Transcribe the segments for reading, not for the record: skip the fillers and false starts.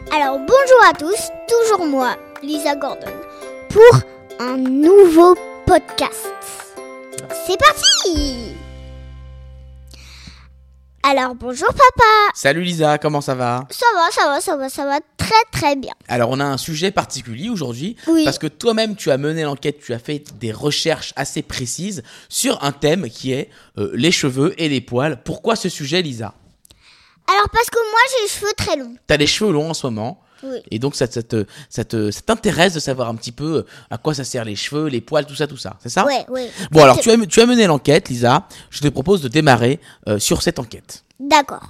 Alors bonjour à tous, toujours moi, Lisa Gordon, pour un nouveau podcast. C'est parti! Alors bonjour papa. Salut Lisa, comment ça va? Ça va très très bien. Alors on a un sujet particulier aujourd'hui, Oui. parce que toi-même tu as mené l'enquête, tu as fait des recherches assez précises sur un thème qui est les cheveux et les poils. Pourquoi ce sujet Lisa? Alors parce que moi j'ai les cheveux très longs. T'as les cheveux longs en ce moment. Oui. Et donc ça t'intéresse de savoir un petit peu à quoi ça sert les cheveux, les poils, tout ça, c'est ça? Ouais. Bon alors tu as mené l'enquête Lisa, je te propose de démarrer sur cette enquête. D'accord.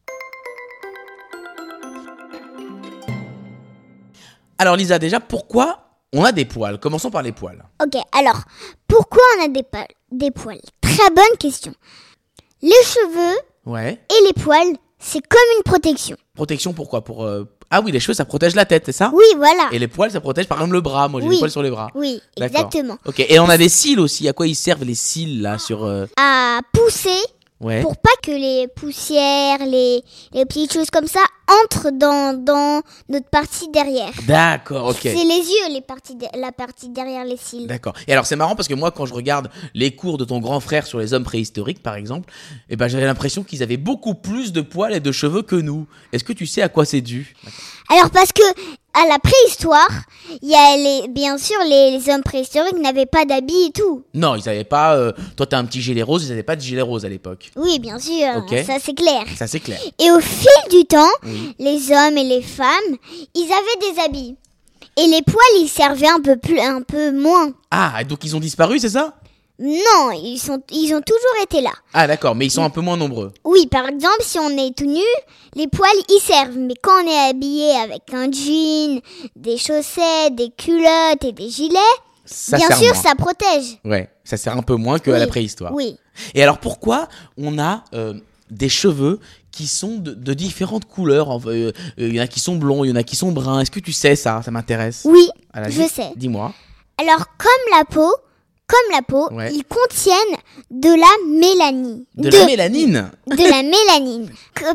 Alors Lisa, déjà pourquoi on a des poils? Commençons par les poils. Ok, alors, pourquoi on a des poils? Très bonne question. Les cheveux Ouais. et les poils, c'est comme une protection. Protection pourquoi? Ah oui, les cheveux ça protège la tête, c'est ça? Oui, voilà. Et les poils ça protège par exemple le bras, moi j'ai Oui. des poils sur les bras. Oui, D'accord. exactement. Ok, et on a des cils aussi, à quoi ils servent les cils là sur... À pousser Ouais. pour pas que les poussières, les petites choses comme ça entrent dans notre partie derrière. D'accord, ok. C'est les yeux, la partie derrière les cils. D'accord. Et alors c'est marrant parce que moi quand je regarde les cours de ton grand frère sur les hommes préhistoriques par exemple, eh ben j'avais l'impression qu'ils avaient beaucoup plus de poils et de cheveux que nous. Est-ce que tu sais à quoi c'est dû? Alors parce que à la préhistoire, il y a bien sûr les hommes préhistoriques n'avaient pas d'habits et tout. Non, ils avaient pas... toi t'as un petit gilet rose, ils avaient pas de gilet rose à l'époque. Oui, bien sûr, Ok. ça c'est clair. Ça c'est clair. Et au fil du temps, Oui. les hommes et les femmes, ils avaient des habits. Et les poils, ils servaient un peu moins. Ah, donc ils ont disparu, c'est ça? Non, ils ont toujours été là. Ah d'accord, mais ils sont un peu moins nombreux. Oui, par exemple, si on est tout nu, les poils, ils servent. Mais quand on est habillé avec un jean, des chaussettes, des culottes et des gilets, Ça bien sert sûr, moins. ça protège. Ouais, ça sert un peu moins qu'à Oui. la préhistoire. Oui. Et alors pourquoi on a des cheveux qui sont de différentes couleurs? Il y en a qui sont blonds, il y en a qui sont bruns. Est-ce que tu sais ça? Ça m'intéresse. Oui, Alors, je sais. Dis-moi. Alors, comme la peau, Ouais. ils contiennent de la mélanine. De la mélanine? De la mélanine.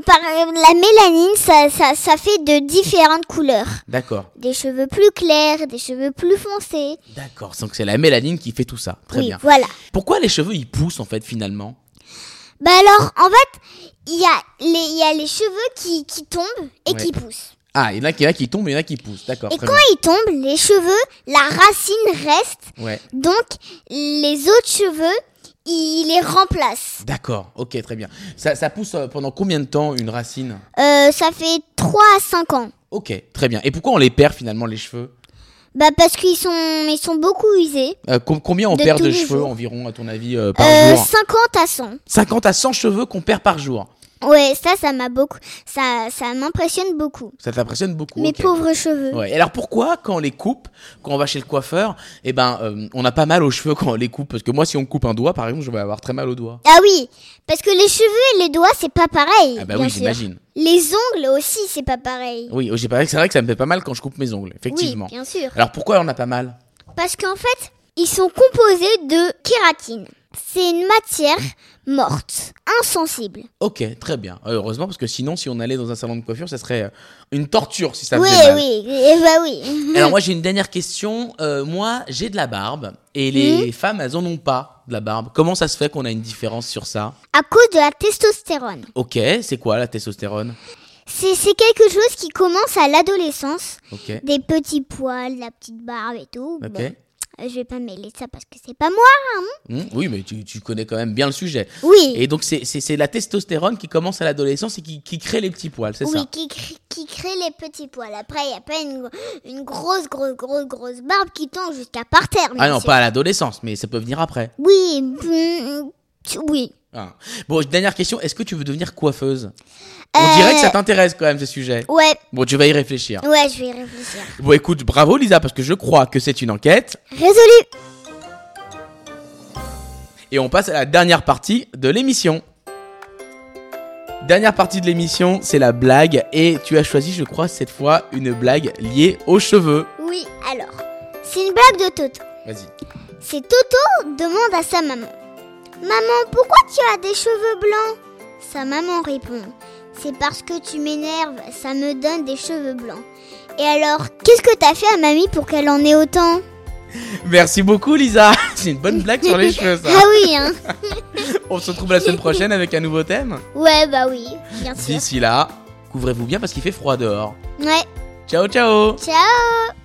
La mélanine, ça fait de différentes couleurs. D'accord. Des cheveux plus clairs, des cheveux plus foncés. D'accord. Donc c'est la mélanine qui fait tout ça. Très Oui, bien. voilà. Pourquoi les cheveux ils poussent en fait finalement? Bah alors, en fait, il y a les cheveux qui tombent et Ouais. qui poussent. Ah, il y en a qui tombent et il y en a qui poussent. D'accord. Et Très quand bien. ils tombent, les cheveux, la racine reste. Ouais. Donc, les autres cheveux, ils les remplacent. D'accord. Ok, très bien. Ça pousse pendant combien de temps une racine? Ça fait 3 à 5 ans. Ok, très bien. Et pourquoi on les perd finalement les cheveux? Bah parce qu'ils sont beaucoup usés. Combien on De perd tous de les cheveux jours. environ à ton avis par jour? 50 à 100. 50 à 100 cheveux qu'on perd par jour. Ouais, ça m'impressionne beaucoup. Ça t'impressionne beaucoup. Mes ok. pauvres cheveux. Ouais. Et alors pourquoi quand on les coupe, quand on va chez le coiffeur, on n'a pas mal aux cheveux quand on les coupe? Parce que moi si on me coupe un doigt par exemple, je vais avoir très mal au doigt. Ah oui, parce que les cheveux et les doigts, c'est pas pareil. Ah bah bien oui, sûr. j'imagine. Les ongles aussi, c'est pas pareil. Oui, c'est vrai que ça me fait pas mal quand je coupe mes ongles, effectivement. Oui, bien sûr. Alors pourquoi on a pas mal? Parce qu'en fait, ils sont composés de kératine. C'est une matière morte, insensible. Ok, très bien. Heureusement parce que sinon si on allait dans un salon de coiffure, ça serait une torture si ça Oui, faisait mal. oui, eh bah oui. Alors moi j'ai une dernière question. Moi j'ai de la barbe et les femmes elles en ont pas de la barbe. Comment ça se fait qu'on a une différence sur ça? À cause de la testostérone. Ok, c'est quoi la testostérone? C'est quelque chose qui commence à l'adolescence. Ok, Des petits poils, la petite barbe et tout. ok. Bon, je vais pas mêler ça parce que c'est pas moi. Oui, mais tu connais quand même bien le sujet. Oui. Et donc c'est la testostérone qui commence à l'adolescence et qui crée les petits poils, c'est Oui, ça? qui crée les petits poils. Après, il n'y a pas une grosse barbe qui tombe jusqu'à par terre. Ah bien non, sûr. pas à l'adolescence, mais ça peut venir après. Oui, oui. Ah. Bon, dernière question, est-ce que tu veux devenir coiffeuse? On dirait que ça t'intéresse quand même ce sujet. Ouais, Bon, tu vas y réfléchir. ouais, je vais y réfléchir. Bon, écoute, bravo Lisa, parce que je crois que c'est une enquête. Résolu. Et on passe à la dernière partie de l'émission. Dernière partie de l'émission, c'est la blague. Et tu as choisi, je crois, cette fois, une blague liée aux cheveux. Oui, alors, c'est une blague de Toto. Vas-y. C'est Toto demande à sa maman. Maman, pourquoi tu as des cheveux blancs? Sa maman répond. C'est parce que tu m'énerves, ça me donne des cheveux blancs. Et alors, qu'est-ce que t'as fait à mamie pour qu'elle en ait autant? Merci beaucoup, Lisa. C'est une bonne blague sur les cheveux, ça. Ah oui, hein. On se retrouve la semaine prochaine avec un nouveau thème. Ouais, bah oui, bien sûr. D'ici là, couvrez-vous bien parce qu'il fait froid dehors. Ouais. Ciao, ciao. Ciao.